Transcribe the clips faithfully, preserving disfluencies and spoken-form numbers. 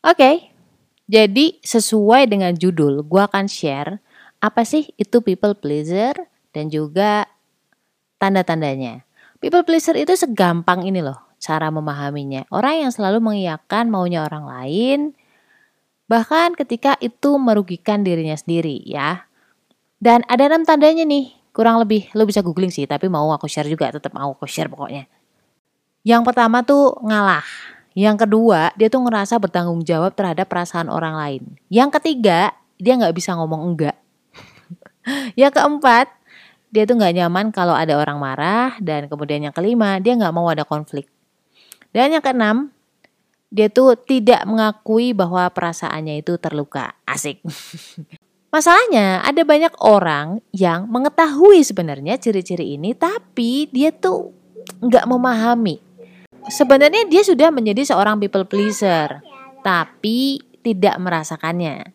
Oke, jadi sesuai dengan judul, gue akan share apa sih itu people pleaser dan juga tanda-tandanya. People pleaser itu segampang ini loh cara memahaminya. Orang yang selalu mengiyakan maunya orang lain, bahkan ketika itu merugikan dirinya sendiri ya. Dan ada enam tandanya nih, kurang lebih. Lo bisa googling sih, tapi mau aku share juga, tetap mau aku share pokoknya. Yang pertama tuh ngalah. Yang kedua, dia tuh ngerasa bertanggung jawab terhadap perasaan orang lain. Yang ketiga, dia gak bisa ngomong enggak. Yang keempat, dia tuh gak nyaman kalau ada orang marah. Dan kemudian yang kelima, dia gak mau ada konflik. Dan yang keenam, dia tuh tidak mengakui bahwa perasaannya itu terluka. Asik. Masalahnya ada banyak orang yang mengetahui sebenarnya ciri-ciri ini, tapi dia tuh gak memahami. Sebenarnya dia sudah menjadi seorang people pleaser, tapi tidak merasakannya.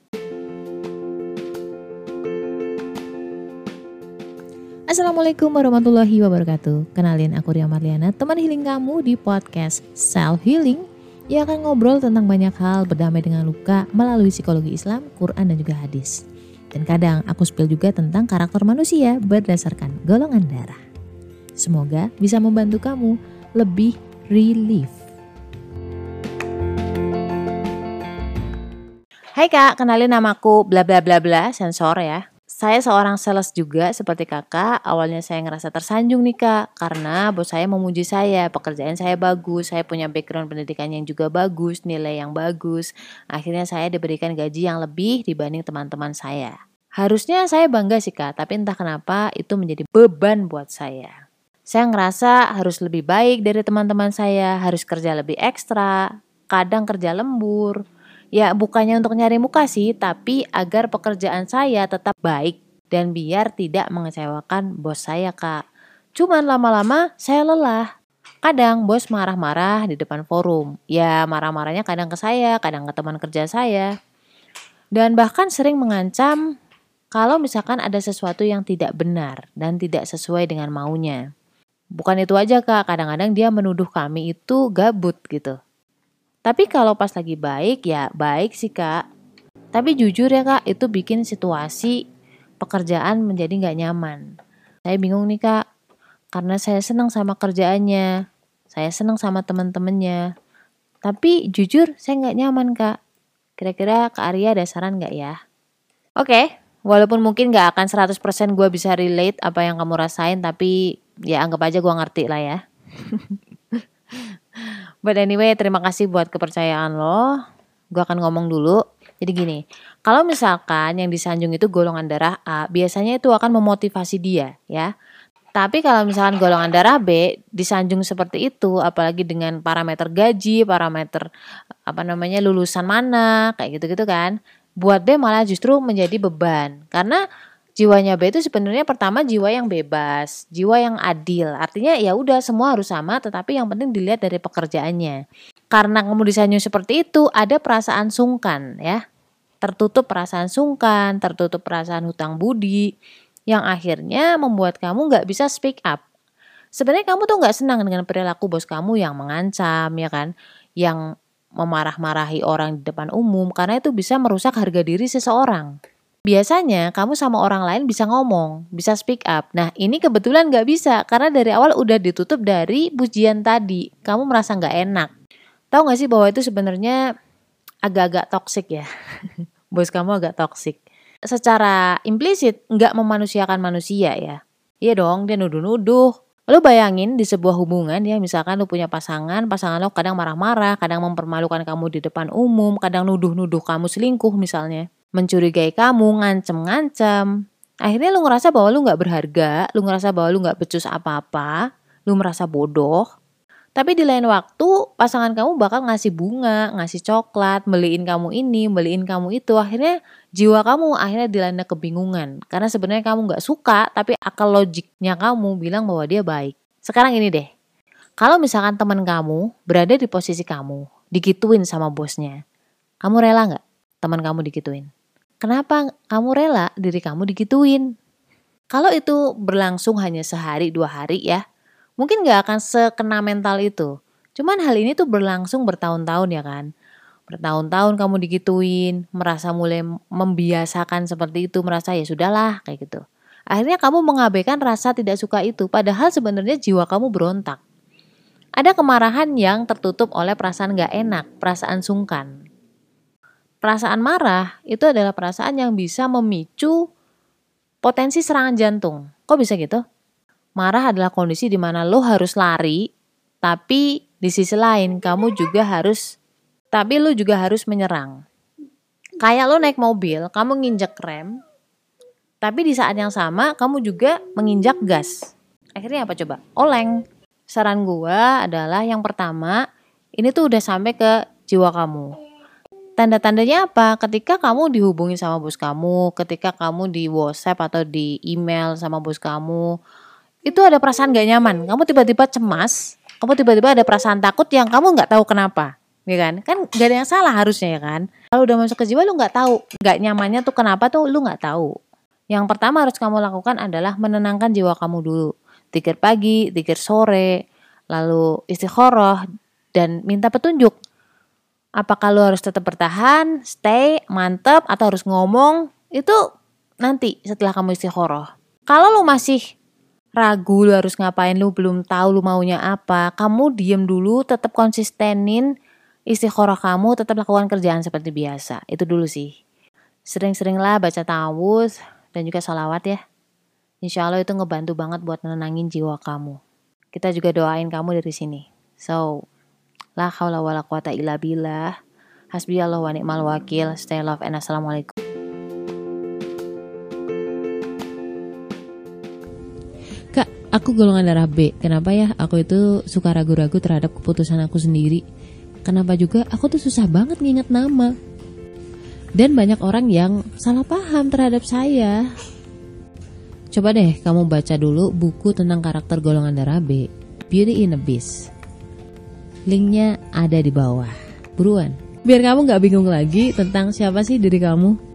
Assalamualaikum warahmatullahi wabarakatuh. Kenalin, aku Ria Marliana, teman healing kamu di podcast Self Healing yang akan ngobrol tentang banyak hal berdamai dengan luka melalui psikologi Islam, Quran dan juga hadis. Dan kadang aku spill juga tentang karakter manusia berdasarkan golongan darah. Semoga bisa membantu kamu lebih relief. Hai Kak, kenalin namaku bla bla bla bla, sensor ya. Saya seorang sales juga seperti kakak. Awalnya saya ngerasa tersanjung nih kak, karena bos saya memuji saya, pekerjaan saya bagus, saya punya background pendidikan yang juga bagus, nilai yang bagus. Akhirnya saya diberikan gaji yang lebih dibanding teman-teman saya. Harusnya saya bangga sih kak, tapi entah kenapa itu menjadi beban buat saya. Saya ngerasa harus lebih baik dari teman-teman saya, harus kerja lebih ekstra, kadang kerja lembur. Ya bukannya untuk nyari muka sih, tapi agar pekerjaan saya tetap baik dan biar tidak mengecewakan bos saya kak. Cuman lama-lama saya lelah. Kadang bos marah-marah di depan forum. Ya marah-marahnya kadang ke saya, kadang ke teman kerja saya. Dan bahkan sering mengancam kalau misalkan ada sesuatu yang tidak benar dan tidak sesuai dengan maunya. Bukan itu aja kak, kadang-kadang dia menuduh kami itu gabut gitu. Tapi kalau pas lagi baik ya baik sih kak. Tapi jujur ya kak, itu bikin situasi pekerjaan menjadi gak nyaman. Saya bingung nih kak, karena saya senang sama kerjaannya, saya senang sama teman-temannya. Tapi jujur saya gak nyaman kak. Kira-kira Kak Arya ada saran gak ya? Oke, walaupun mungkin gak akan seratus persen gue bisa relate apa yang kamu rasain, tapi ya anggap aja gue ngerti lah ya. But anyway, terima kasih buat kepercayaan lo. Gue akan ngomong dulu. Jadi gini, kalau misalkan yang disanjung itu golongan darah A, biasanya itu akan memotivasi dia ya. Tapi kalau misalkan golongan darah B disanjung seperti itu, apalagi dengan parameter gaji, parameter apa namanya lulusan mana, kayak gitu-gitu kan, buat B malah justru menjadi beban. Karena jiwanya B itu sebenarnya pertama jiwa yang bebas, jiwa yang adil. Artinya ya udah semua harus sama, tetapi yang penting dilihat dari pekerjaannya. Karena kamu disanjung seperti itu, ada perasaan sungkan ya. Tertutup perasaan sungkan, tertutup perasaan hutang budi, yang akhirnya membuat kamu gak bisa speak up. Sebenarnya kamu tuh gak senang dengan perilaku bos kamu yang mengancam ya kan, yang memarah-marahi orang di depan umum, karena itu bisa merusak harga diri seseorang. Biasanya kamu sama orang lain bisa ngomong, bisa speak up. Nah ini kebetulan gak bisa, karena dari awal udah ditutup dari pujian tadi. Kamu merasa gak enak. Tahu gak sih bahwa itu sebenarnya agak-agak toksik ya. Bos kamu agak toksik. Secara implisit nggak memanusiakan manusia ya. Iya dong, dia nuduh-nuduh. Lo bayangin di sebuah hubungan ya, misalkan lo punya pasangan, pasangan lo kadang marah-marah, kadang mempermalukan kamu di depan umum, kadang nuduh-nuduh kamu selingkuh misalnya, mencurigai kamu, ngancem-ngancem. Akhirnya lo ngerasa bahwa lo nggak berharga, lo ngerasa bahwa lo nggak becus apa-apa, lo merasa bodoh. Tapi di lain waktu pasangan kamu bakal ngasih bunga, ngasih coklat, beliin kamu ini, beliin kamu itu. Akhirnya jiwa kamu akhirnya dilanda kebingungan. Karena sebenarnya kamu gak suka, tapi akal logiknya kamu bilang bahwa dia baik. Sekarang ini deh, kalau misalkan teman kamu berada di posisi kamu, digituin sama bosnya, kamu rela gak teman kamu digituin? Kenapa kamu rela diri kamu digituin? Kalau itu berlangsung hanya sehari dua hari ya, mungkin gak akan sekena mental itu. Cuman hal ini tuh berlangsung bertahun-tahun ya kan. Bertahun-tahun kamu digituin, merasa mulai membiasakan seperti itu, merasa ya sudahlah kayak gitu. Akhirnya kamu mengabaikan rasa tidak suka itu, padahal sebenarnya jiwa kamu berontak. Ada kemarahan yang tertutup oleh perasaan gak enak, perasaan sungkan. Perasaan marah itu adalah perasaan yang bisa memicu potensi serangan jantung. Kok bisa gitu? Marah adalah kondisi di mana lo harus lari, tapi di sisi lain kamu juga harus Tapi lu juga harus menyerang. Kayak lu naik mobil, kamu nginjek rem, tapi di saat yang sama kamu juga menginjak gas. Akhirnya apa coba? Oleng. Saran gua adalah yang pertama, ini tuh udah sampai ke jiwa kamu. Tanda-tandanya apa? Ketika kamu dihubungi sama bos kamu, ketika kamu di WhatsApp atau di email sama bos kamu, itu ada perasaan gak nyaman. Kamu tiba-tiba cemas, kamu tiba-tiba ada perasaan takut yang kamu gak tahu kenapa. Ya kan? Kan gak ada yang salah harusnya ya kan. Kalau udah masuk ke jiwa lu gak tahu, gak nyamannya tuh kenapa tuh lu gak tahu. Yang pertama harus kamu lakukan adalah menenangkan jiwa kamu dulu. Zikir pagi, zikir sore, lalu istikharah dan minta petunjuk. Apakah lu harus tetap bertahan, stay, mantep, atau harus ngomong, itu nanti setelah kamu istikharah. Kalau lu masih ragu lu harus ngapain, lu belum tahu lu maunya apa, kamu diem dulu, tetap konsistenin istikharah kamu, tetap lakukan kerjaan seperti biasa. Itu dulu sih. Sering-seringlah baca ta'awudz dan juga sholawat ya. Insya Allah itu ngebantu banget buat nenangin jiwa kamu. Kita juga doain kamu dari sini. So, la haula wala quwata illa billah. Hasbiyallahu wa ni'mal wakil. Stay love and assalamualaikum. Kak, aku golongan darah B. Kenapa ya aku itu suka ragu-ragu terhadap keputusan aku sendiri? Kenapa juga aku tuh susah banget nginget nama. Dan banyak orang yang salah paham terhadap saya. Coba deh kamu baca dulu buku tentang karakter golongan darah B, Beauty in a Beast. Linknya ada di bawah. Buruan, biar kamu gak bingung lagi tentang siapa sih diri kamu.